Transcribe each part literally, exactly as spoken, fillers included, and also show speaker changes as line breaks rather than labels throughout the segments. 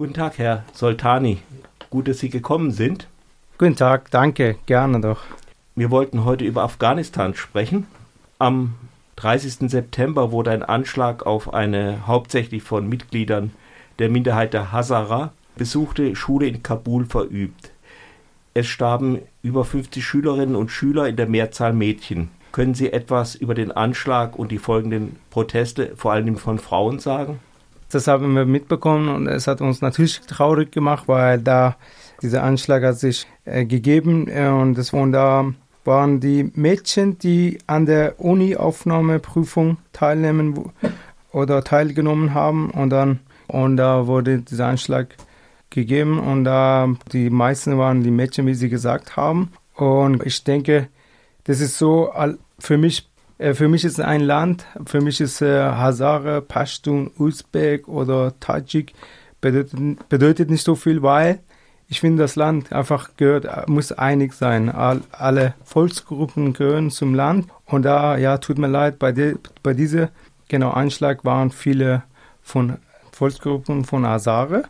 Guten Tag, Herr Soltani. Gut, dass Sie gekommen sind.
Guten Tag, danke, gerne doch.
Wir wollten heute über Afghanistan sprechen. Am dreißigsten September wurde ein Anschlag auf eine hauptsächlich von Mitgliedern der Minderheit der Hazara besuchte Schule in Kabul verübt. Es starben über fünfzig Schülerinnen und Schüler, in der Mehrzahl Mädchen. Können Sie etwas über den Anschlag und die folgenden Proteste, vor allem von Frauen, sagen?
Das haben wir mitbekommen und es hat uns natürlich traurig gemacht, weil da dieser Anschlag hat sich äh, gegeben äh, und es waren da waren die Mädchen, die an der Uni-Aufnahmeprüfung teilnehmen wo, oder teilgenommen haben und dann und da wurde dieser Anschlag gegeben und da äh, die meisten waren die Mädchen, wie Sie gesagt haben. Und ich denke, das ist so für mich. Für mich ist ein Land, für mich ist äh, Hazara, Pashtun, Usbek oder Tadschik bedeutet, bedeutet nicht so viel, weil ich finde, das Land einfach gehört, muss einig sein. All, alle Volksgruppen gehören zum Land und da, ja, tut mir leid, bei, de, bei diesem genau, Anschlag waren viele von Volksgruppen von Hazara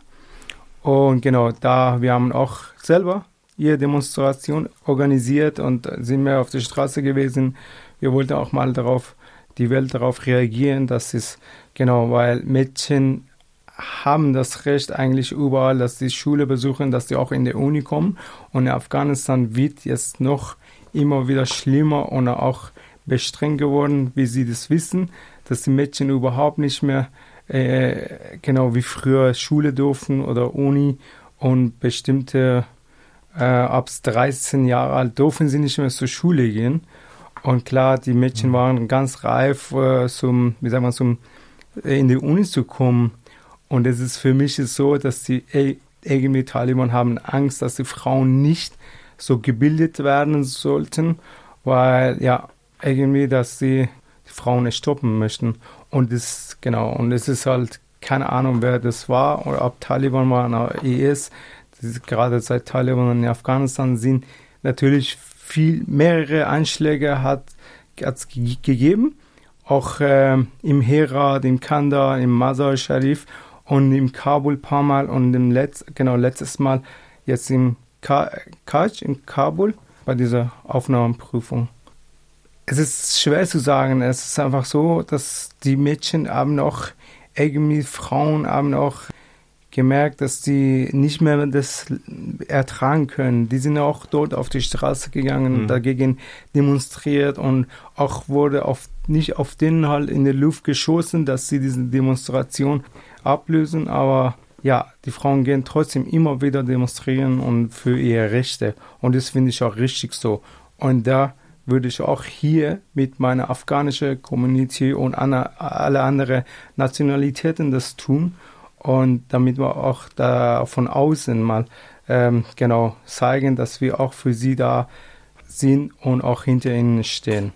und genau, da, wir haben auch selber ihre Demonstration organisiert und sind wir auf der Straße gewesen. Wir wollten auch mal darauf, die Welt darauf reagieren, dass es, genau, weil Mädchen haben das Recht eigentlich überall, dass sie Schule besuchen, dass sie auch in die Uni kommen. Und in Afghanistan wird jetzt noch immer wieder schlimmer und auch bestrengt geworden, wie sie das wissen, dass die Mädchen überhaupt nicht mehr, äh, genau wie früher, Schule dürfen oder Uni und bestimmte, äh, ab dreizehn Jahre alt dürfen sie nicht mehr zur Schule gehen. Und klar, die Mädchen waren ganz reif, äh, zum, wie sagt man, zum, äh, in die Uni zu kommen. Und es ist für mich so, dass die äh, irgendwie Taliban haben Angst, dass die Frauen nicht so gebildet werden sollten, weil ja irgendwie, dass sie die Frauen nicht stoppen möchten. Und das genau. Und es ist halt keine Ahnung, wer das war oder ob Taliban war oder I S. Das ist gerade seit Taliban in Afghanistan sind natürlich viel mehrere Anschläge hat es g- gegeben, auch äh, im Herat, im Kandahar, im Mazar Sharif und im Kabul ein paar Mal und im Letz- genau letztes Mal jetzt im Ka- Kaj in Kabul bei dieser Aufnahmeprüfung. Es ist schwer zu sagen, es ist einfach so, dass die Mädchen haben auch irgendwie Frauen haben auch gemerkt, dass die nicht mehr das ertragen können. Die sind auch dort auf die Straße gegangen, mhm. dagegen demonstriert und auch wurde auf, nicht auf denen halt in die Luft geschossen, dass sie diese Demonstration ablösen, aber ja, die Frauen gehen trotzdem immer wieder demonstrieren und für ihre Rechte und das finde ich auch richtig so. Und da würde ich auch hier mit meiner afghanischen Community und alle anderen Nationalitäten das tun. Und damit wir auch da von außen mal ähm, genau zeigen, dass wir auch für sie da sind und auch hinter ihnen stehen.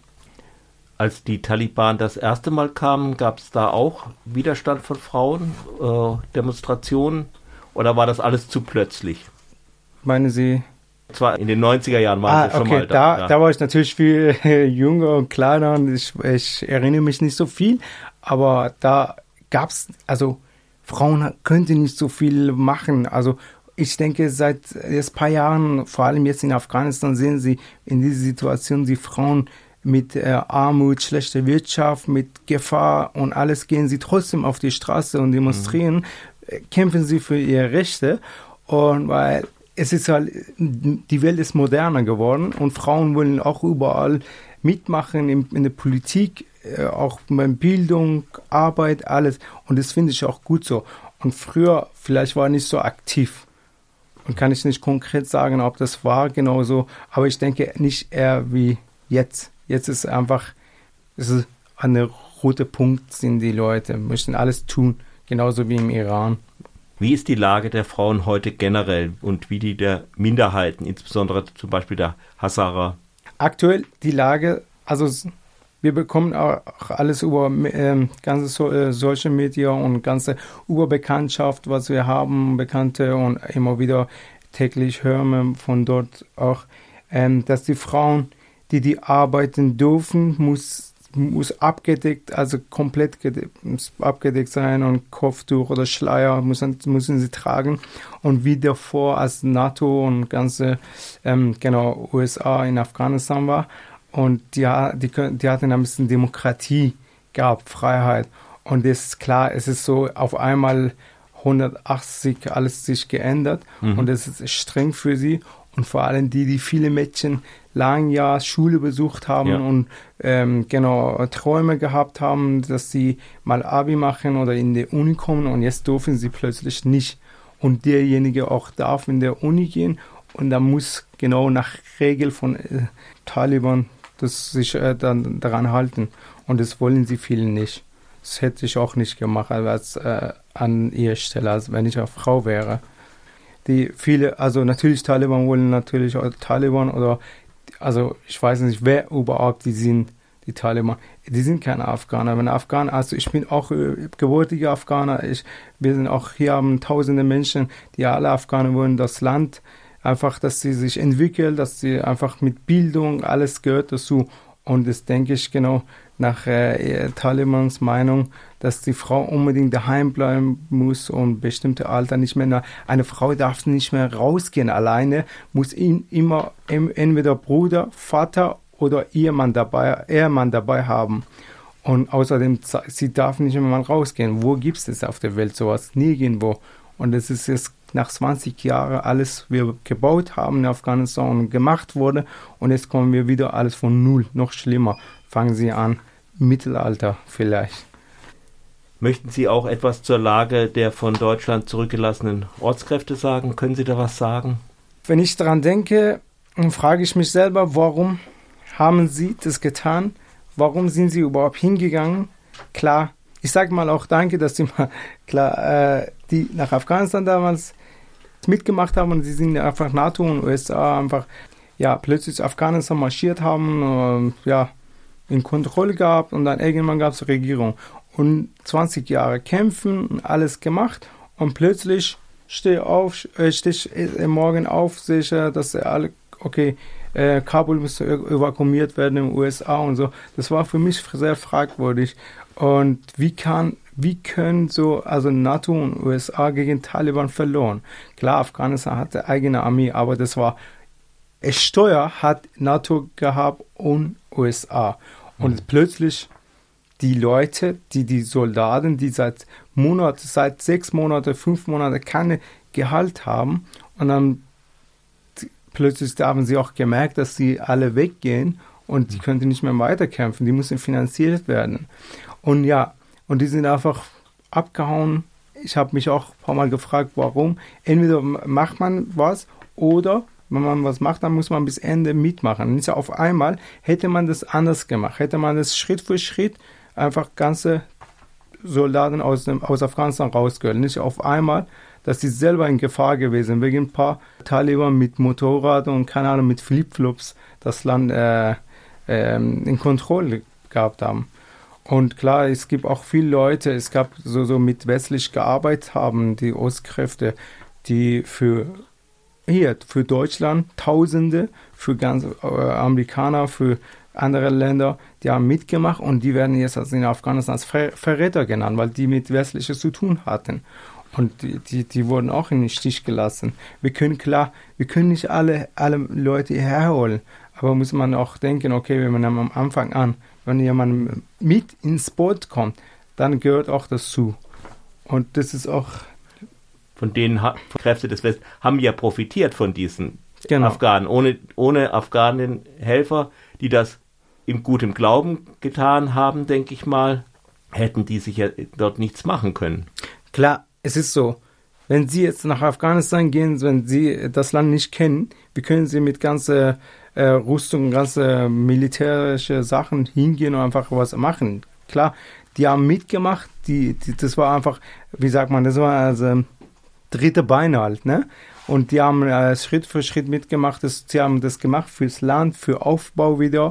Als die Taliban das erste Mal kamen, gab es da auch Widerstand von Frauen, äh, Demonstrationen oder war das alles zu plötzlich?
Meinen Sie?
Zwar in den neunziger Jahren waren
ah,
sie schon
okay,
mal da.
Da,
ja.
da war ich natürlich viel äh, jünger und kleiner und ich, ich erinnere mich nicht so viel, aber da gab es, also Frauen könnten nicht so viel machen. Also ich denke, seit jetzt ein paar Jahren, vor allem jetzt in Afghanistan, sehen Sie in dieser Situation die Frauen mit äh, Armut, schlechter Wirtschaft, mit Gefahr und alles, gehen sie trotzdem auf die Straße und demonstrieren, mhm. kämpfen sie für ihre Rechte. Und weil es ist halt, die Welt ist moderner geworden und Frauen wollen auch überall mitmachen in, in der Politik, auch bei Bildung, Arbeit, alles. Und das finde ich auch gut so. Und früher vielleicht war ich nicht so aktiv. Und kann ich nicht konkret sagen, ob das war genauso. Aber ich denke nicht eher wie jetzt. Jetzt ist einfach, es ist ein roter Punkt, sind die Leute, möchten alles tun, genauso wie im Iran.
Wie ist die Lage der Frauen heute generell und wie die der Minderheiten, insbesondere zum Beispiel der Hazara?
Aktuell die Lage, also wir bekommen auch alles über äh, ganze so, äh, Social Media und ganze Überbekanntschaft, was wir haben, Bekannte und immer wieder täglich hören wir von dort auch, ähm, dass die Frauen, die die arbeiten dürfen, muss, muss abgedeckt, also komplett abgedeckt sein und Kopftuch oder Schleier müssen, müssen sie tragen. Und wie davor als NATO und ganze, ähm, genau, U S A in Afghanistan war. Und die, die, die hatten ein bisschen Demokratie gehabt, Freiheit. Und das ist klar, es ist so auf einmal hundertachtzig alles sich geändert. Mhm. Und es ist streng für sie. Und vor allem die, die viele Mädchen lang Jahr Schule besucht haben ja. und ähm, genau Träume gehabt haben, dass sie mal Abi machen oder in die Uni kommen und jetzt dürfen sie plötzlich nicht. Und derjenige auch darf in der Uni gehen und da muss genau nach Regel von äh, Taliban das sich äh, dann daran halten. Und das wollen sie vielen nicht. Das hätte ich auch nicht gemacht als äh, an ihrer Stelle, als wenn ich eine Frau wäre. Die viele, also natürlich Taliban wollen natürlich auch Taliban oder, also ich weiß nicht, wer überhaupt die sind, die Taliban. Die sind keine Afghaner. Wenn Afghaner, also ich bin auch äh, gebürtiger Afghaner, ich, wir sind auch, hier haben tausende Menschen, die alle Afghaner wollen, das Land einfach, dass sie sich entwickelt, dass sie einfach mit Bildung, alles gehört dazu. Und das denke ich genau nach äh, Talibans Meinung, dass die Frau unbedingt daheim bleiben muss und bestimmte Alter nicht mehr. Eine Frau darf nicht mehr rausgehen alleine, muss ihn immer entweder Bruder, Vater oder Ehemann dabei, Ehemann dabei haben. Und außerdem, sie darf nicht mehr mal rausgehen. Wo gibt es das auf der Welt sowas? Nirgendwo. Und das ist jetzt nach zwanzig Jahren alles, wir gebaut haben in Afghanistan und gemacht wurde. Und jetzt kommen wir wieder alles von Null, noch schlimmer. Fangen Sie an, Mittelalter vielleicht.
Möchten Sie auch etwas zur Lage der von Deutschland zurückgelassenen Ortskräfte sagen? Können Sie da was sagen?
Wenn ich daran denke, frage ich mich selber, warum haben Sie das getan? Warum sind Sie überhaupt hingegangen? Klar, ich sage mal auch danke, dass Sie mal, klar, äh, die nach Afghanistan damals mitgemacht haben und Sie sind einfach NATO und U S A einfach, ja, plötzlich Afghanistan marschiert haben, äh, ja, in Kontrolle gehabt und dann irgendwann gab es eine Regierung. Und zwanzig Jahre kämpfen und alles gemacht und plötzlich stehe auf, äh, stehe ich äh, morgen auf, sehe ich, äh, dass alle, okay, äh, Kabul müsste evakuiert werden in den U S A und so. Das war für mich sehr fragwürdig. Und wie kann, wie können so, also NATO und U S A gegen Taliban verloren? Klar, Afghanistan hatte eigene Armee, aber das war, es Steuer hat NATO gehabt und U S A. Und mhm. plötzlich die Leute, die die Soldaten, die seit Monaten, seit sechs Monaten, fünf Monaten keine Gehalt haben und dann plötzlich haben sie auch gemerkt, dass sie alle weggehen und die können nicht mehr weiterkämpfen, die müssen finanziert werden. Und ja, und die sind einfach abgehauen. Ich habe mich auch ein paar Mal gefragt, warum. Entweder macht man was oder wenn man was macht, dann muss man bis Ende mitmachen. Und auf einmal hätte man das anders gemacht. Hätte man das Schritt für Schritt einfach ganze Soldaten aus, dem, aus Afghanistan rausgehört. Nicht auf einmal, dass sie selber in Gefahr gewesen sind, wegen ein paar Taliban mit Motorrad und keine Ahnung, mit Flipflops das Land äh, äh, in Kontrolle gehabt haben. Und klar, es gibt auch viele Leute, es gab so, so mit westlich gearbeitet haben, die Ostkräfte, die für hier, für Deutschland Tausende, für ganz äh, Amerikaner, für andere Länder, die haben mitgemacht und die werden jetzt also in Afghanistan als Ver- Verräter genannt, weil die mit Westliches zu tun hatten. Und die, die, die wurden auch in den Stich gelassen. Wir können klar, wir können nicht alle, alle Leute herholen, aber muss man auch denken, okay, wenn man am Anfang an, wenn jemand mit ins Boot kommt, dann gehört auch dazu. Und das ist auch...
Von denen ha- Kräfte des Westens haben ja profitiert von diesen
genau.
Afghanen. Ohne, ohne Afghanen Helfer, die das im guten Glauben getan haben, denke ich mal, hätten die sich ja dort nichts machen können.
Klar, es ist so. Wenn Sie jetzt nach Afghanistan gehen, wenn Sie das Land nicht kennen, wie können Sie mit ganzer äh, Rüstung, ganze militärische Sachen hingehen und einfach was machen? Klar, die haben mitgemacht, die, die, das war einfach, wie sagt man, das war also dritte Beine halt, ne? Und die haben äh, Schritt für Schritt mitgemacht, das, sie haben das gemacht fürs Land, für Aufbau wieder.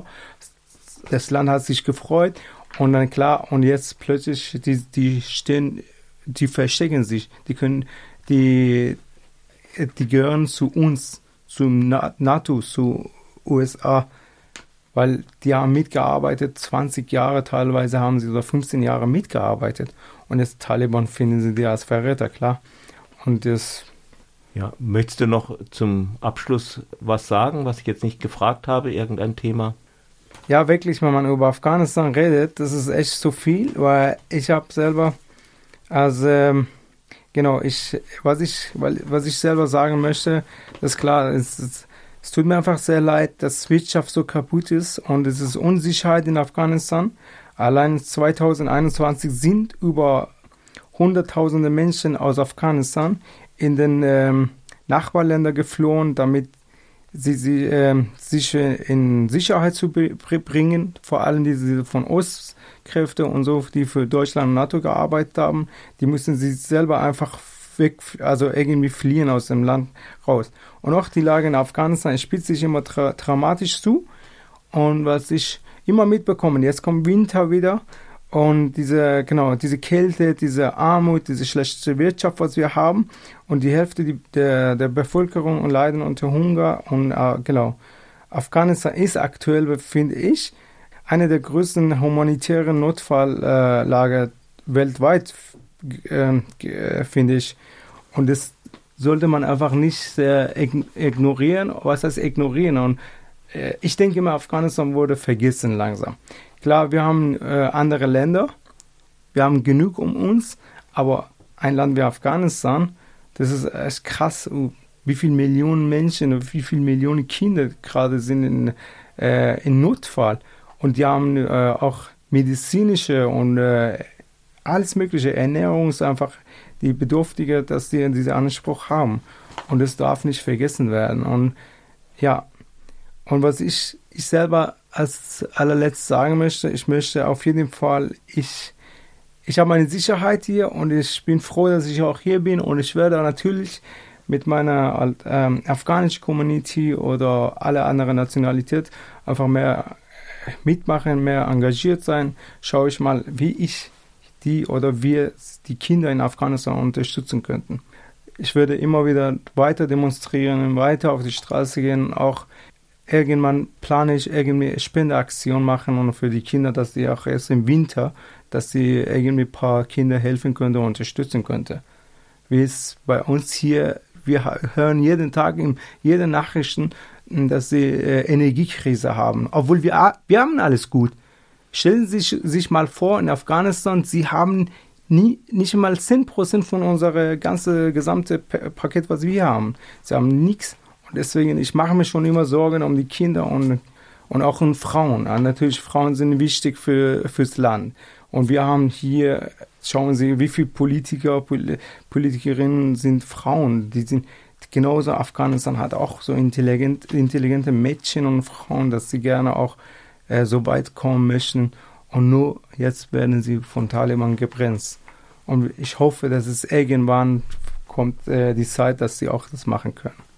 Das Land hat sich gefreut und dann klar, und jetzt plötzlich, die, die stehen, die verstecken sich, die können, die, die gehören zu uns, zum NATO, zu U S A weil die haben mitgearbeitet, zwanzig Jahre teilweise haben sie oder fünfzehn Jahre mitgearbeitet. Und jetzt Taliban finden sie die als Verräter, klar. Und das...
Ja, möchtest du noch zum Abschluss was sagen, was ich jetzt nicht gefragt habe, irgendein Thema?
Ja, wirklich, wenn man über Afghanistan redet, das ist echt so viel, weil ich habe selber, also ähm, genau, ich, was ich, weil, was ich selber sagen möchte, das ist klar, es, es, es tut mir einfach sehr leid, dass Wirtschaft so kaputt ist und es ist Unsicherheit in Afghanistan. Allein zwanzig einundzwanzig sind über hunderttausende Menschen aus Afghanistan in den ähm, Nachbarländer geflohen, damit sie, sie ähm, sich in Sicherheit zu bringen, vor allem diese von Ostkräfte und so, die für Deutschland und NATO gearbeitet haben, die müssen sich selber einfach weg, also irgendwie fliehen aus dem Land raus. Und auch die Lage in Afghanistan spitzt sich immer tra- dramatisch zu. Und was ich immer mitbekomme, jetzt kommt Winter wieder und diese, genau, diese Kälte, diese Armut, diese schlechte Wirtschaft, was wir haben und die Hälfte die, der, der Bevölkerung leiden unter Hunger und äh, genau. Afghanistan ist aktuell, finde ich, eine der größten humanitären Notfalllager äh, weltweit, äh, finde ich. Und das sollte man einfach nicht sehr ignorieren. Was heißt ignorieren? Und äh, ich denke immer, Afghanistan wurde vergessen langsam. Klar, wir haben äh, andere Länder, wir haben genug um uns, aber ein Land wie Afghanistan, das ist echt krass, wie viele Millionen Menschen, wie viele Millionen Kinder gerade sind in, äh, in Notfall. Und die haben äh, auch medizinische und äh, alles mögliche, Ernährungs einfach die Bedürftige, dass die diesen Anspruch haben. Und das darf nicht vergessen werden. Und ja, und was ich, ich selber als allerletztes sagen möchte, ich möchte auf jeden Fall, ich, ich habe meine Sicherheit hier und ich bin froh, dass ich auch hier bin und ich werde natürlich mit meiner ähm, afghanischen Community oder alle anderen Nationalität einfach mehr mitmachen, mehr engagiert sein. Schaue ich mal, wie ich die oder wir die Kinder in Afghanistan unterstützen könnten. Ich werde immer wieder weiter demonstrieren, weiter auf die Straße gehen, auch irgendwann plane ich irgendwie Spendeaktion machen und für die Kinder, dass die auch erst im Winter, dass sie irgendwie ein paar Kinder helfen könnte und unterstützen könnte. Wie es bei uns hier, wir hören jeden Tag in jede Nachrichten, dass sie äh, Energiekrise haben, obwohl wir, wir haben alles gut. Stellen Sie sich, sich mal vor, in Afghanistan, sie haben nie, nicht mal zehn Prozent von unserem ganzen gesamten Paket, was wir haben. Sie haben nichts. Und deswegen, ich mache mir schon immer Sorgen um die Kinder und, und auch um Frauen. Ja, natürlich, Frauen sind wichtig für, fürs Land. Und wir haben hier, schauen Sie, wie viele Politiker, Pol- Politikerinnen sind Frauen. Die sind genauso, Afghanistan hat auch so intelligent, intelligente Mädchen und Frauen, dass sie gerne auch äh, so weit kommen möchten. Und nur jetzt werden sie von Taliban gebremst. Und ich hoffe, dass es irgendwann kommt äh, die Zeit, dass sie auch das machen können.